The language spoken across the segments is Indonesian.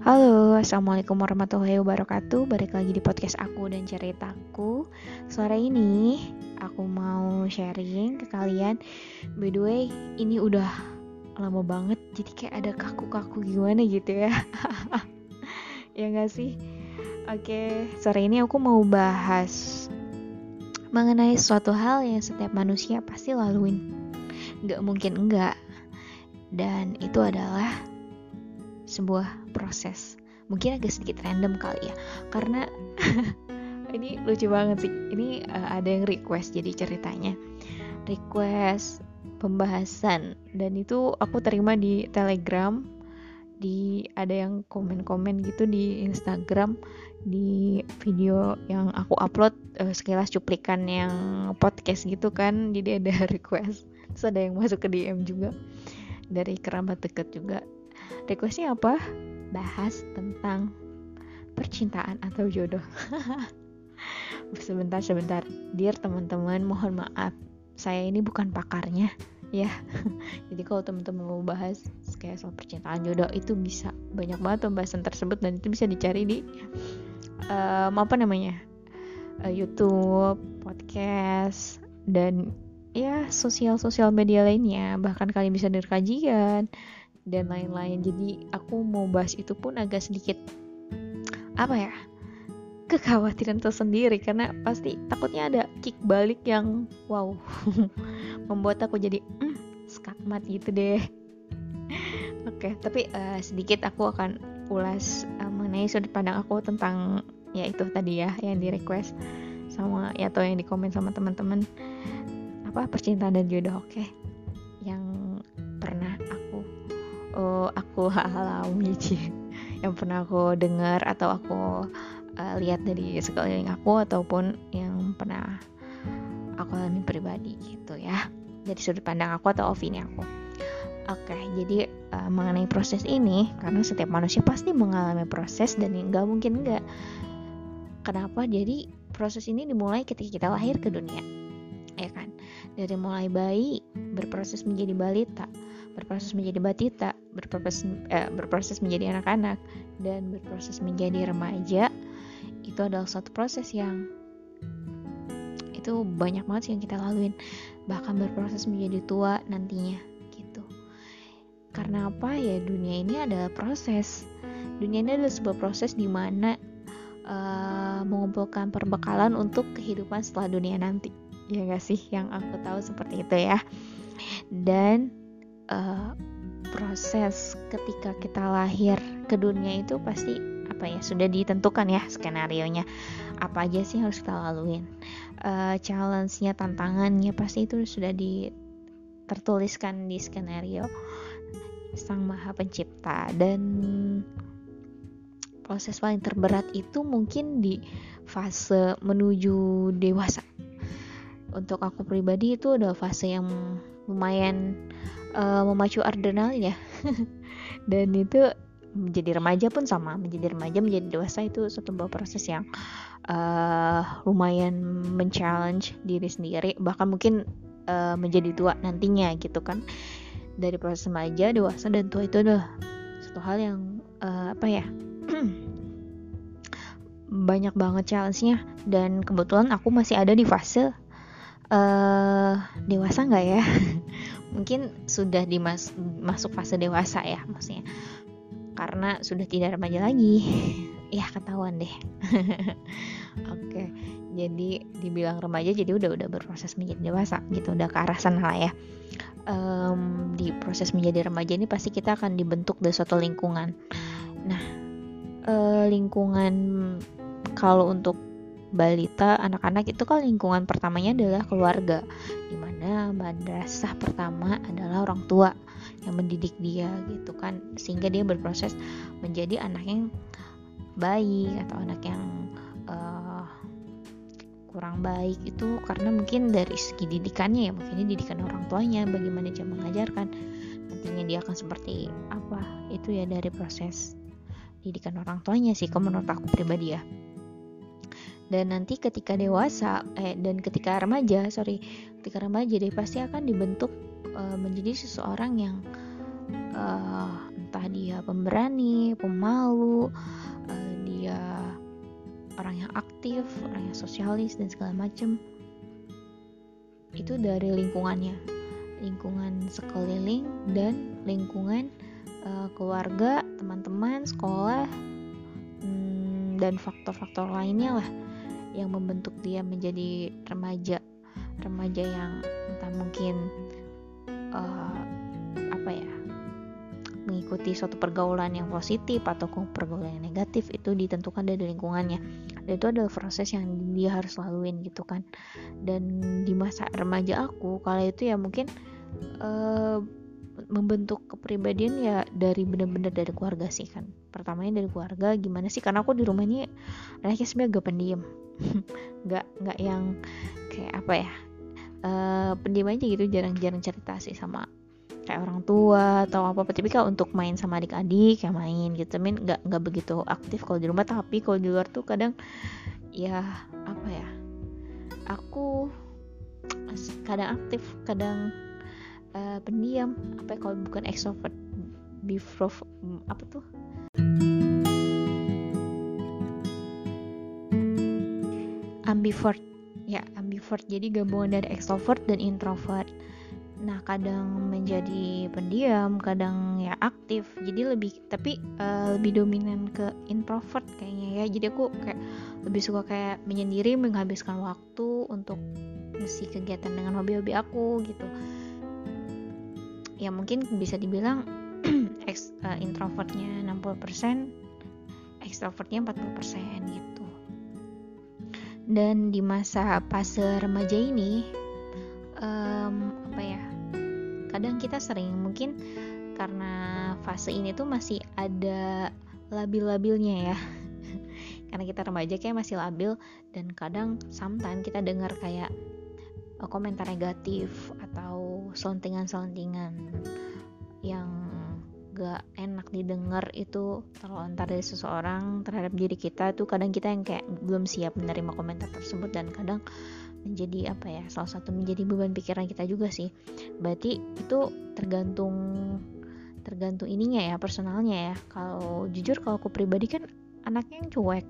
Halo, assalamualaikum warahmatullahi wabarakatuh. Balik lagi di podcast aku dan ceritaku. Sore ini aku mau sharing ke kalian. By the way, ini udah lama banget, jadi kayak ada kaku-kaku gimana gitu ya. Ya gak sih? Oke, sore ini aku mau bahas mengenai suatu hal yang setiap manusia pasti laluin. Gak mungkin enggak. Dan itu adalah sebuah proses. Mungkin agak sedikit random kali ya, karena ini lucu banget sih. Ini ada yang request, jadi ceritanya request pembahasan, dan itu aku terima di Telegram, ada yang komen-komen gitu di Instagram, di video yang aku upload, sekilas cuplikan yang podcast gitu kan. Jadi ada request, terus ada yang masuk ke DM juga dari kerabat dekat juga. Requestnya apa? Bahas tentang percintaan atau jodoh. Sebentar. Dear teman-teman, mohon maaf, saya ini bukan pakarnya ya. Jadi kalau teman-teman mau bahas kayak soal percintaan, jodoh, itu bisa banyak banget pembahasan tersebut, dan itu bisa dicari di YouTube, podcast, dan ya sosial media lainnya. Bahkan kalian bisa dengar kajian dan lain-lain. Jadi aku mau bahas itu pun agak sedikit kekhawatiran tersendiri, karena pasti takutnya ada kick balik yang wow membuat aku jadi skakmat gitu deh. Oke, tapi sedikit aku akan ulas mengenai sudut pandang aku tentang ya itu tadi ya yang di request sama ya, atau yang di komen sama teman-teman, percintaan dan jodoh. Oke, yang pernah aku alami sih, yang pernah aku dengar atau aku lihat dari sekeliling aku, ataupun yang pernah aku alami pribadi gitu ya, dari sudut pandang aku atau opini aku. Oke, jadi mengenai proses ini, karena setiap manusia pasti mengalami proses dan nggak mungkin enggak. Kenapa? Jadi proses ini dimulai ketika kita lahir ke dunia, ya kan? Dari mulai bayi berproses menjadi balita, berproses menjadi batita, berproses menjadi anak-anak, dan berproses menjadi remaja. Itu adalah suatu proses yang itu banyak banget sih yang kita laluin. Bahkan berproses menjadi tua nantinya gitu. Karena apa ya, dunia ini adalah proses. Dunia ini adalah sebuah proses di mana mengumpulkan perbekalan untuk kehidupan setelah dunia nanti. Ya gak sih? Yang aku tahu seperti itu ya. Dan proses ketika kita lahir ke dunia itu pasti sudah ditentukan ya skenarionya. Apa aja sih harus kita laluin, challenge-nya, tantangannya pasti itu sudah tertuliskan di skenario Sang Maha Pencipta. Dan proses paling terberat itu mungkin di fase menuju dewasa. Untuk aku pribadi itu adalah fase yang lumayan memacu adrenalin ya. Dan itu menjadi remaja pun sama, menjadi remaja menjadi dewasa itu suatu proses yang lumayan men-challenge diri sendiri, bahkan mungkin menjadi tua nantinya gitu kan. Dari proses remaja, dewasa, dan tua itu adalah suatu hal yang banyak banget challenge-nya. Dan kebetulan aku masih ada di fase dewasa nggak ya? Mungkin sudah masuk fase dewasa ya, maksudnya karena sudah tidak remaja lagi. Ya ketahuan deh. Oke, jadi dibilang remaja jadi udah berproses menjadi dewasa gitu, udah ke arah sana lah ya. Di proses menjadi remaja ini pasti kita akan dibentuk dari suatu lingkungan. Nah, lingkungan kalau untuk balita, anak-anak itu kan lingkungan pertamanya adalah keluarga, dimana madrasah pertama adalah orang tua yang mendidik dia gitu kan, sehingga dia berproses menjadi anak yang baik atau anak yang kurang baik. Itu karena mungkin dari segi didikannya ya, mungkin didikan orang tuanya, bagaimana dia mengajarkan, nantinya dia akan seperti apa, itu ya dari proses didikan orang tuanya sih, kalau menurut aku pribadi ya. Dan nanti ketika ketika remaja dia pasti akan dibentuk menjadi seseorang yang entah apakah dia pemberani, pemalu, dia orang yang aktif, orang yang sosialis dan segala macam. Itu dari lingkungan sekeliling dan lingkungan keluarga, teman-teman, sekolah, dan faktor-faktor lainnya lah yang membentuk dia menjadi remaja yang entah mungkin mengikuti suatu pergaulan yang positif atau pergaulan yang negatif. Itu ditentukan dari lingkungannya, dan itu adalah proses yang dia harus laluin gitu kan. Dan di masa remaja aku kala itu ya mungkin membentuk kepribadian ya benar-benar dari keluarga sih kan. Pertamanya dari keluarga. Gimana sih, karena aku di rumah ini anaknya sebenarnya agak pendiam. nggak yang kayak pendiam aja gitu, jarang cerita sih sama kayak orang tua atau apa. Tapi kalau untuk main sama adik-adik ya main gitu, nggak begitu aktif kalau di rumah. Tapi kalau di luar tuh kadang ya aku kadang aktif, kadang pendiam. Kalau bukan extrovert, ambivert. Jadi gabungan dari extrovert dan introvert. Nah, kadang menjadi pendiam, kadang ya aktif. Jadi lebih dominan ke introvert kayaknya ya. Jadi aku kayak lebih suka kayak menyendiri, menghabiskan waktu untuk ngisi kegiatan dengan hobi-hobi aku gitu. Ya mungkin bisa dibilang introvertnya 60%, extrovertnya 40% gitu. Dan di masa fase remaja ini kadang kita sering, mungkin karena fase ini tuh masih ada labil-labilnya ya. Karena kita remaja kayak masih labil, dan kadang sometimes kita dengar kayak komentar negatif atau selentingan yang gak enak didengar itu terlontar dari seseorang terhadap diri kita. Tuh kadang kita yang kayak belum siap menerima komentar tersebut, dan kadang menjadi salah satu menjadi beban pikiran kita juga sih. Berarti itu tergantung ininya ya, personalnya ya. Kalau jujur, kalau aku pribadi kan anaknya yang cuek,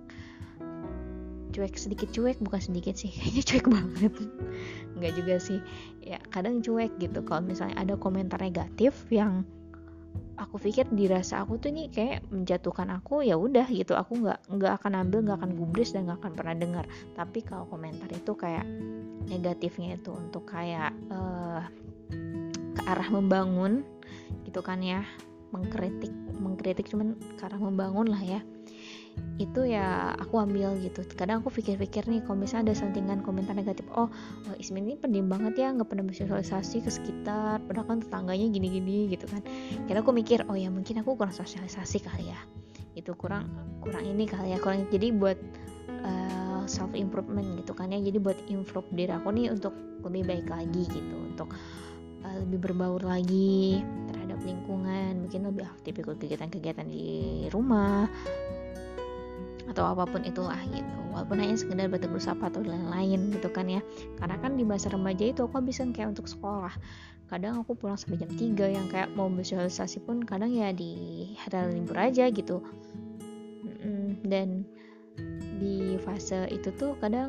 bukan sedikit sih, kayaknya cuek banget. Enggak juga sih ya, kadang cuek gitu. Kalau misalnya ada komentar negatif yang aku pikir dirasa aku tuh nih kayak menjatuhkan aku, ya udah gitu, aku nggak akan ambil, nggak akan gubris, dan nggak akan pernah dengar. Tapi kalau komentar itu kayak negatifnya itu untuk kayak ke arah membangun gitu kan ya, mengkritik cuman ke arah membangun lah ya, itu ya aku ambil gitu. Kadang aku pikir-pikir nih, kalau misalnya ada sentingan komentar negatif, Ismin ini pendiam banget ya, nggak pernah bersosialisasi ke sekitar, padahal kan tetangganya gini-gini gitu kan. Kira aku mikir, ya mungkin aku kurang sosialisasi kali ya, itu kurang ini kali ya, jadi buat self improvement gitu kan ya, jadi buat improve diri aku nih untuk lebih baik lagi gitu, untuk lebih berbaur lagi terhadap lingkungan, mungkin lebih aktif ikut kegiatan-kegiatan di rumah atau apapun itulah gitu, walaupun hanya sekedar bertegur sapa atau lain-lain gitu kan ya. Karena kan di masa remaja itu aku bisa kayak untuk sekolah, kadang aku pulang sampai jam 3, yang kayak mau bersosialisasi pun kadang ya di hari libur aja gitu. Dan di fase itu tuh kadang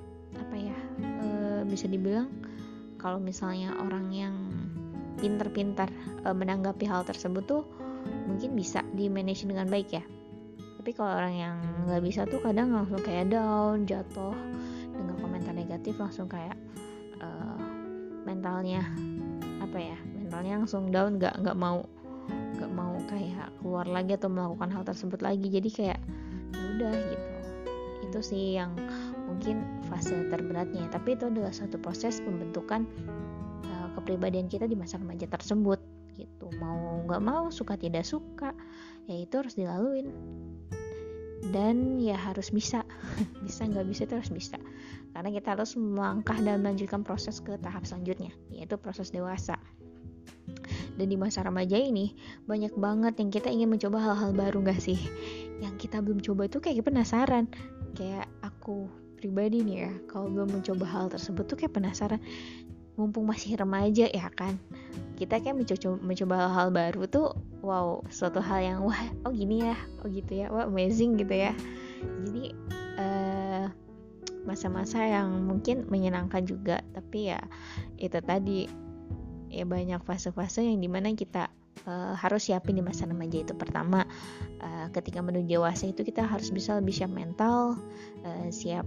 bisa dibilang kalau misalnya orang yang pintar-pintar menanggapi hal tersebut tuh mungkin bisa di manage dengan baik ya. Tapi kalau orang yang nggak bisa tuh kadang langsung kayak down, jatuh dengan komentar negatif, langsung kayak mentalnya langsung down, nggak mau kayak keluar lagi atau melakukan hal tersebut lagi. Jadi kayak ya udah gitu. Itu sih yang mungkin fase terberatnya. Tapi itu adalah satu proses pembentukan kepribadian kita di masa remaja tersebut gitu. Mau nggak mau, suka tidak suka, ya itu harus dilaluin. Dan ya harus bisa nggak bisa itu harus bisa, karena kita harus melangkah dan melanjutkan proses ke tahap selanjutnya, yaitu proses dewasa. Dan di masa remaja ini banyak banget yang kita ingin mencoba hal-hal baru, gak sih? Yang kita belum coba itu kayak penasaran. Kayak aku pribadi nih ya, kalau belum mencoba hal tersebut tuh kayak penasaran, mumpung masih remaja ya kan, kita kan mencoba hal-hal baru tuh wow, suatu hal yang wah, oh gini ya, oh gitu ya, wah amazing gitu ya. Jadi masa-masa yang mungkin menyenangkan juga, tapi ya itu tadi, ya banyak fase-fase yang dimana kita harus siapin di masa remaja itu. Pertama, ketika menuju dewasa itu kita harus bisa lebih siap mental, siap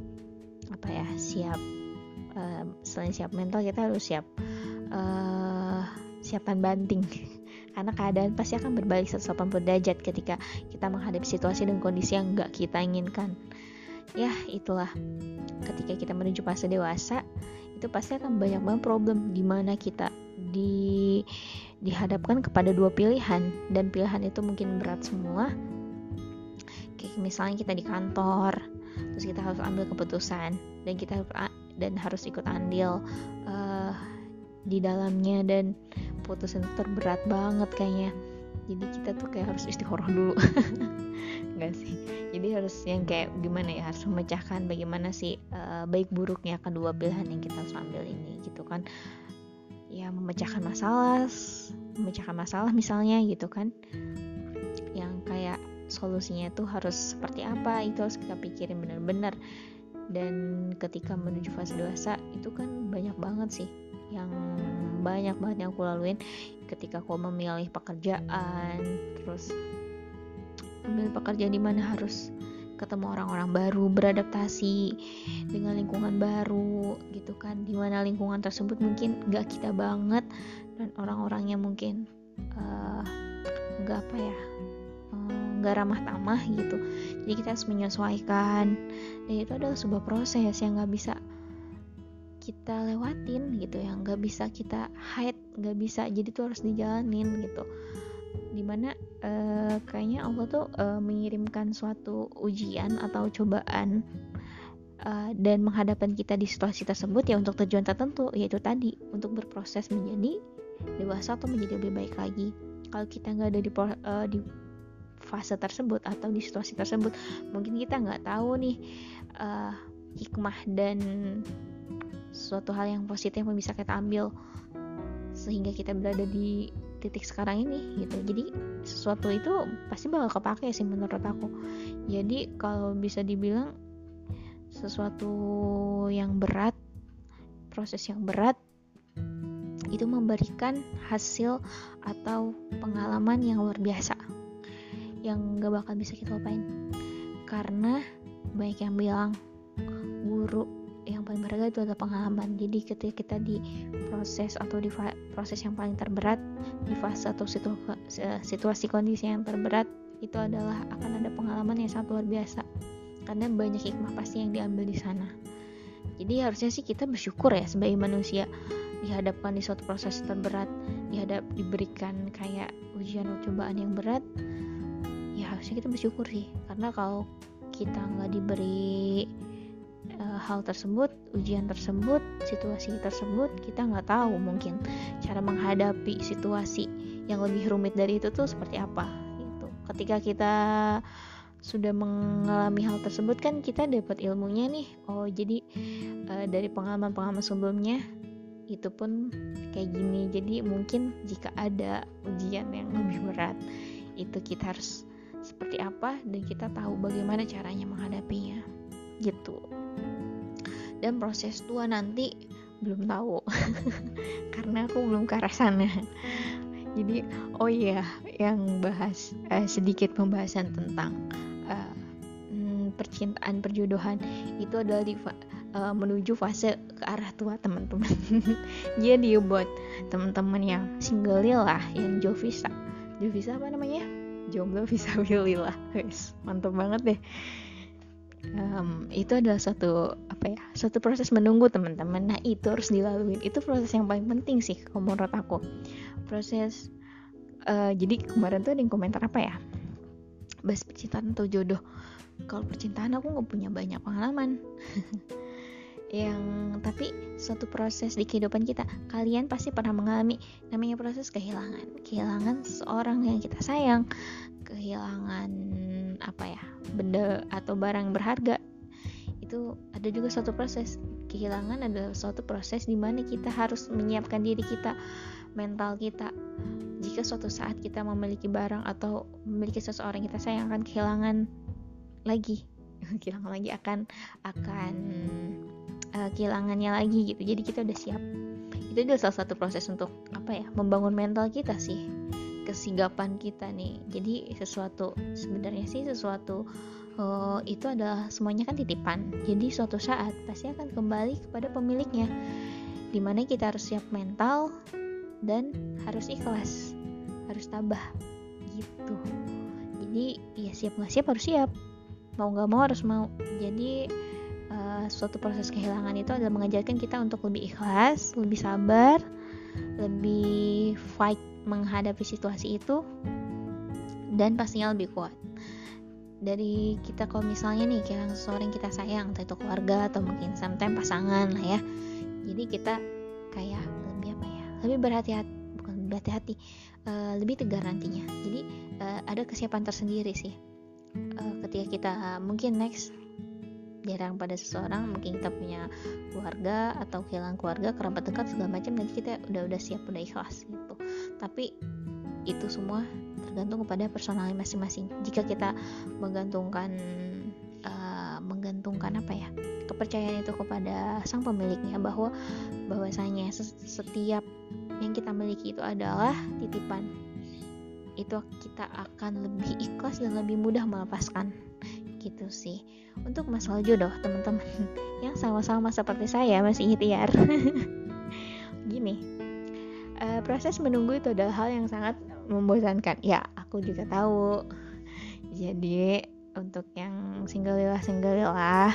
selain siap mental kita harus siap siapan banting karena keadaan pasti akan berbalik 180 derajat ketika kita menghadapi situasi dan kondisi yang gak kita inginkan. Ya itulah, ketika kita menuju fase dewasa itu pasti akan banyak banget problem, dimana kita dihadapkan kepada dua pilihan, dan pilihan itu mungkin berat semua. Kayak misalnya kita di kantor, terus kita harus ambil keputusan dan harus ikut andil di dalamnya, dan putusan itu terberat banget kayaknya. Jadi kita tuh kayak harus istikharah dulu. Enggak sih. Jadi harus yang kayak gimana ya, harus memecahkan bagaimana sih baik buruknya kedua pilihan yang kita harus ambil ini gitu kan. Ya memecahkan masalah misalnya gitu kan. Yang kayak solusinya tuh harus seperti apa, itu harus kita pikirin benar-benar. Dan ketika menuju fase dewasa itu kan banyak banget sih yang aku laluin ketika aku memilih pekerjaan, terus memilih pekerjaan di mana harus ketemu orang-orang baru, beradaptasi dengan lingkungan baru gitu kan, di mana lingkungan tersebut mungkin gak kita banget dan orang-orangnya mungkin gak ramah tamah gitu. Jadi kita harus menyesuaikan, dan itu adalah sebuah proses yang gak bisa kita lewatin gitu, yang gak bisa kita hide, gak bisa, jadi tuh harus dijalanin gitu. Dimana kayaknya Allah tuh mengirimkan suatu ujian atau cobaan dan menghadapkan kita di situasi tersebut ya untuk tujuan tertentu, yaitu tadi untuk berproses menjadi dewasa atau menjadi lebih baik lagi. Kalau kita nggak ada di fase tersebut atau di situasi tersebut, mungkin kita nggak tahu nih hikmah dan suatu hal yang positif yang bisa kita ambil sehingga kita berada di titik sekarang ini gitu. Jadi sesuatu itu pasti bakal kepake sih menurut aku. Jadi kalau bisa dibilang sesuatu yang berat, proses yang berat itu memberikan hasil atau pengalaman yang luar biasa yang gak bakal bisa kita lupain. Karena banyak yang bilang guru yang paling berharga itu adalah pengalaman. Jadi ketika kita di proses atau di proses yang paling terberat, di fase atau situasi kondisi yang terberat, itu adalah akan ada pengalaman yang sangat luar biasa, karena banyak hikmah pasti yang diambil di sana. Jadi harusnya sih kita bersyukur ya sebagai manusia, dihadapkan di suatu proses terberat, diberikan kayak ujian atau cobaan yang berat, ya harusnya kita bersyukur sih. Karena kalau kita nggak diberi hal tersebut, ujian tersebut, situasi tersebut, kita nggak tahu mungkin cara menghadapi situasi yang lebih rumit dari itu tuh seperti apa gitu. Ketika kita sudah mengalami hal tersebut kan kita dapat ilmunya nih. Oh jadi dari pengalaman-pengalaman sebelumnya itu pun kayak gini. Jadi mungkin jika ada ujian yang lebih berat, itu kita harus seperti apa dan kita tahu bagaimana caranya menghadapinya gitu. Dan proses tua nanti belum tahu karena aku belum ke arah sana. Jadi yang bahas sedikit pembahasan tentang percintaan, perjodohan itu adalah menuju fase ke arah tua teman-teman. Jadi buat teman-teman yang single lah, yang Jovisa apa namanya, jomblo fisabilillah, mantap banget deh. Itu adalah suatu proses menunggu teman-teman. Nah itu harus dilalui, itu proses yang paling penting sih kalau menurut aku. Proses jadi kemarin tuh ada yang komentar bahas percintaan atau jodoh. Kalau percintaan aku nggak punya banyak pengalaman. Tapi suatu proses di kehidupan kita, kalian pasti pernah mengalami namanya proses kehilangan seseorang yang kita sayang, kehilangan benda atau barang berharga. Itu ada juga suatu proses. Kehilangan adalah suatu proses di mana kita harus menyiapkan diri kita mental kita. Jika suatu saat kita memiliki barang atau memiliki seseorang kita sayang, akan kehilangan lagi akan kehilangannya lagi gitu. Jadi kita udah siap. Itu adalah salah satu proses untuk membangun mental kita sih, kesigapan kita nih. Jadi sebenarnya sesuatu itu adalah semuanya kan titipan. Jadi suatu saat pasti akan kembali kepada pemiliknya, dimana kita harus siap mental dan harus ikhlas, harus tabah gitu. Jadi ya siap nggak siap harus siap, mau nggak mau harus mau. Jadi suatu proses kehilangan itu adalah mengajarkan kita untuk lebih ikhlas, lebih sabar, lebih fight menghadapi situasi itu, dan pastinya lebih kuat. Dari kita kalau misalnya nih kehilangan seseorang yang kita sayang, entah itu keluarga atau mungkin sometimes pasangan lah ya. Jadi kita kayak lebih berhati-hati, lebih tegar nantinya. Jadi ada kesiapan tersendiri sih. Ketika kita mungkin next jarang pada seseorang, mungkin kita punya keluarga atau kehilangan keluarga, kerabat dekat segala macam, nanti kita udah siap, udah ikhlas gitu. Tapi itu semua tergantung kepada personalnya masing-masing. Jika kita menggantungkan kepercayaan itu kepada sang pemiliknya, bahwasanya setiap yang kita miliki itu adalah titipan, itu kita akan lebih ikhlas dan lebih mudah melepaskan gitu sih. Untuk masalah jodoh teman-teman yang sama-sama seperti saya masih ikhtiar gini, proses menunggu itu adalah hal yang sangat membosankan. Ya, aku juga tahu. Jadi untuk yang single lah,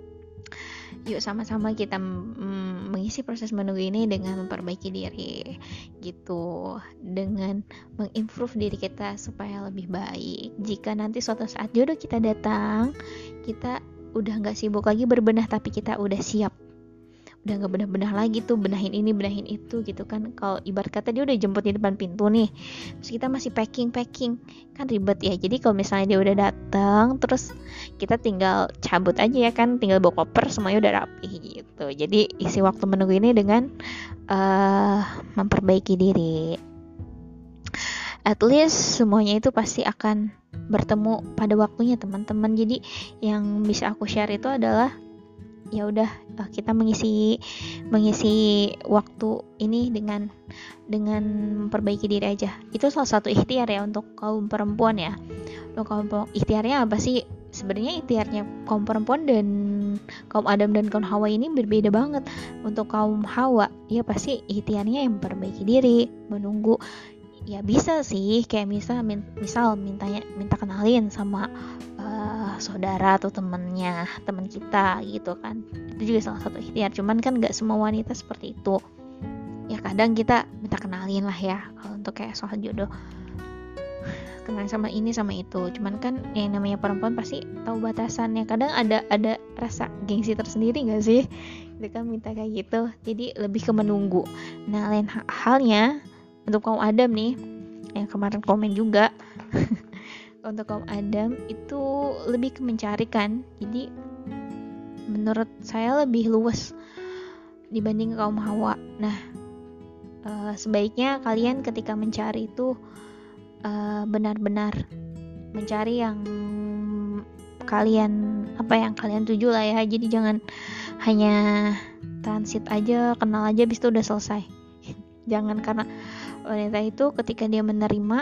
yuk sama-sama kita mengisi proses menunggu ini dengan memperbaiki diri gitu, dengan mengimprove diri kita supaya lebih baik. Jika nanti suatu saat jodoh kita datang, kita udah gak sibuk lagi berbenah, tapi kita udah siap, udah gak benah-benah lagi tuh, benahin ini benahin itu gitu kan. Kalau ibarat kata dia udah jemput di depan pintu nih, terus kita masih packing kan ribet ya. Jadi kalau misalnya dia udah datang, terus kita tinggal cabut aja ya kan, tinggal bawa koper, semuanya udah rapi gitu. Jadi isi waktu menunggu ini dengan memperbaiki diri. At least semuanya itu pasti akan bertemu pada waktunya teman-teman. Jadi yang bisa aku share itu adalah ya udah, kita mengisi waktu ini dengan memperbaiki diri aja. Itu salah satu ikhtiar ya untuk kaum perempuan ya. Ikhtiarnya apa sih? Sebenarnya ikhtiarnya kaum perempuan dan kaum Adam dan kaum Hawa ini berbeda banget. Untuk kaum Hawa ya pasti ikhtiarnya yang memperbaiki diri, menunggu. Ya bisa sih, kayak misal minta kenalin sama saudara atau teman kita gitu kan. Itu juga salah satu ikhtiar. Cuman kan gak semua wanita seperti itu. Ya kadang kita minta kenalin lah ya, kalau untuk kayak soal jodoh, kenalin sama ini sama itu. Cuman kan yang namanya perempuan pasti tahu batasannya. Kadang ada rasa gengsi tersendiri gak sih? Kita kan minta kayak gitu. Jadi lebih ke menunggu. Nah, lain halnya untuk kaum Adam nih, yang kemarin komen juga untuk kaum Adam itu lebih ke mencari kan. Jadi menurut saya lebih luas dibanding kaum Hawa. Nah, sebaiknya kalian ketika mencari itu benar-benar mencari yang kalian tuju lah ya. Jadi jangan hanya transit aja, kenal aja habis itu udah selesai. Jangan, karena wanita itu ketika dia menerima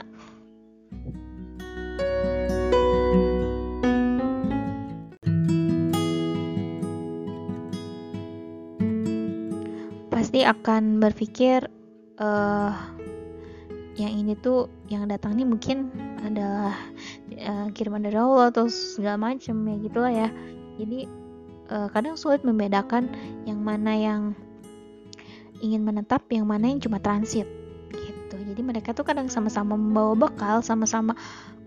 pasti akan berpikir yang ini tuh, yang datang ini mungkin adalah kiriman dari Allah atau segala macam ya gitulah ya. Jadi kadang sulit membedakan yang mana yang ingin menetap, yang mana yang cuma transit gitu. Jadi mereka tuh kadang sama-sama membawa bekal, sama-sama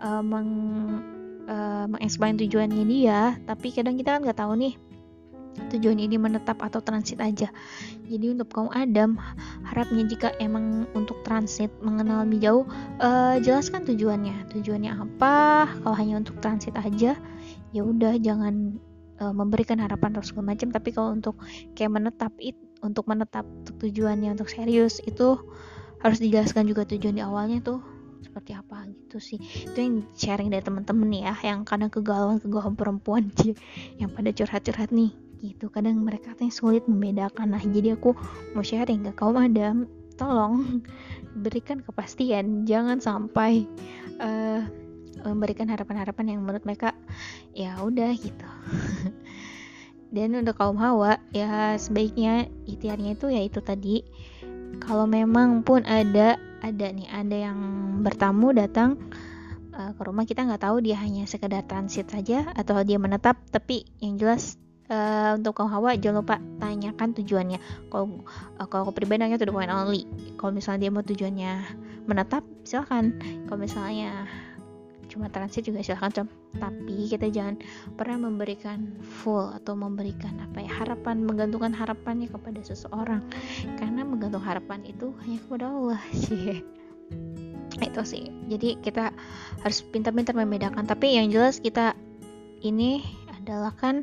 mengeksplain tujuannya dia, tapi kadang kita kan nggak tahu nih tujuannya ini menetap atau transit aja. Jadi untuk kaum Adam, harapnya jika emang untuk transit, mengenal lebih jauh, jelaskan tujuannya apa. Kalau hanya untuk transit aja, ya udah jangan memberikan harapan terus segala macam. Tapi kalau untuk kayak menetap, untuk tujuannya untuk serius itu harus dijelaskan juga tujuan di awalnya tuh seperti apa gitu sih. Itu yang sharing dari teman-teman nih ya, yang kadang kegalauan perempuan sih, yang pada curhat-curhat nih gitu. Kadang mereka tuh sulit membedakan. Nah, jadi aku mau sharing ke kaum Adam, tolong berikan kepastian, jangan sampai memberikan harapan-harapan yang menurut mereka ya udah gitu. Dan untuk kaum Hawa ya sebaiknya ikhtiarnya itu ya itu tadi, kalau memang pun ada yang bertamu datang ke rumah, kita nggak tahu dia hanya sekedar transit saja atau dia menetap, tapi yang jelas untuk kaum Hawa jangan lupa tanyakan tujuannya. Kalau aku pribadi nanya to the point only. Kalau misalnya dia mau tujuannya menetap, silakan. Kalau misalnya cuma transit juga silakan, tapi kita jangan pernah memberikan full atau memberikan harapan, menggantungkan harapannya kepada seseorang, karena menggantung harapan itu hanya kepada Allah sih. Itu sih, jadi kita harus pintar-pintar membedakan. Tapi yang jelas kita ini adalah kan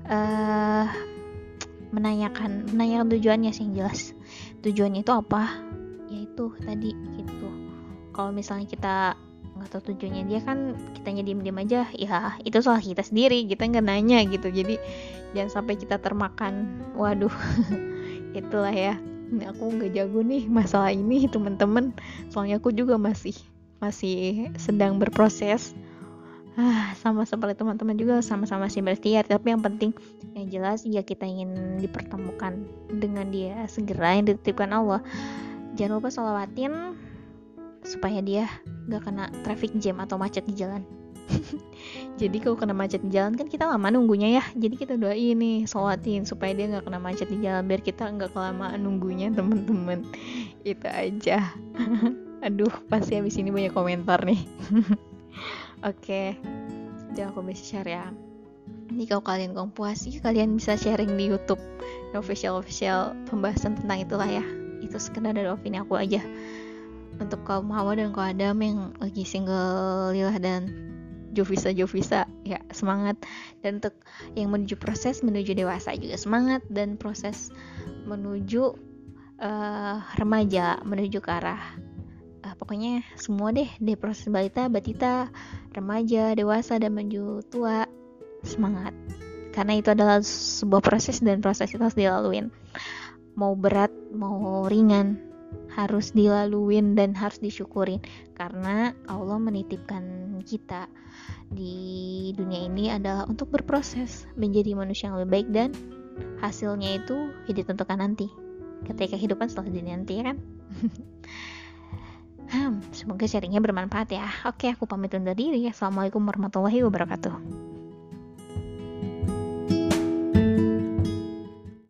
menanyakan tujuannya sih. Yang jelas tujuannya itu apa, yaitu tadi gitu. Kalau misalnya kita nggak tahu tujuannya dia, kan kitanya diem-diem aja, ya itu salah kita sendiri, kita nggak nanya gitu. Jadi jangan sampai kita termakan. Waduh itulah ya, aku nggak jago nih masalah ini teman-teman, soalnya aku juga masih sedang berproses. Sama seperti teman-teman juga, sama-sama sih berikhtiar. Tapi yang penting yang jelas ya kita ingin dipertemukan dengan dia segera, yang dititipkan Allah. Jangan lupa sholawatin supaya dia gak kena traffic jam atau macet di jalan. Jadi kalau kena macet di jalan kan kita lama nunggunya ya, jadi kita doain nih, sholatin supaya dia gak kena macet di jalan, biar kita gak kelamaan nunggunya teman-teman. Itu aja. Aduh, pasti habis ini banyak komentar nih. Oke, itu aku bisa share ya. Jadi kalau kalian kurang puas sih, kalian bisa sharing di YouTube official pembahasan tentang itulah ya. Itu sekedar dari opini aku aja. Untuk kaum Hawa dan kaum Adam yang lagi single lillah dan Jovisa ya semangat. Dan untuk yang menuju proses menuju dewasa juga semangat, dan proses menuju remaja, menuju ke arah pokoknya semua deh proses balita, batita, remaja, dewasa, dan menuju tua, semangat. Karena itu adalah sebuah proses, dan proses itu harus dilaluin. Mau berat, mau ringan, harus dilaluin dan harus disyukurin, karena Allah menitipkan kita di dunia ini adalah untuk berproses menjadi manusia yang lebih baik, dan hasilnya itu ditentukan nanti ketika kehidupan setelah dunia nanti ya kan. Semoga sharingnya bermanfaat ya. Oke, aku pamit undur diri. Assalamualaikum warahmatullahi wabarakatuh.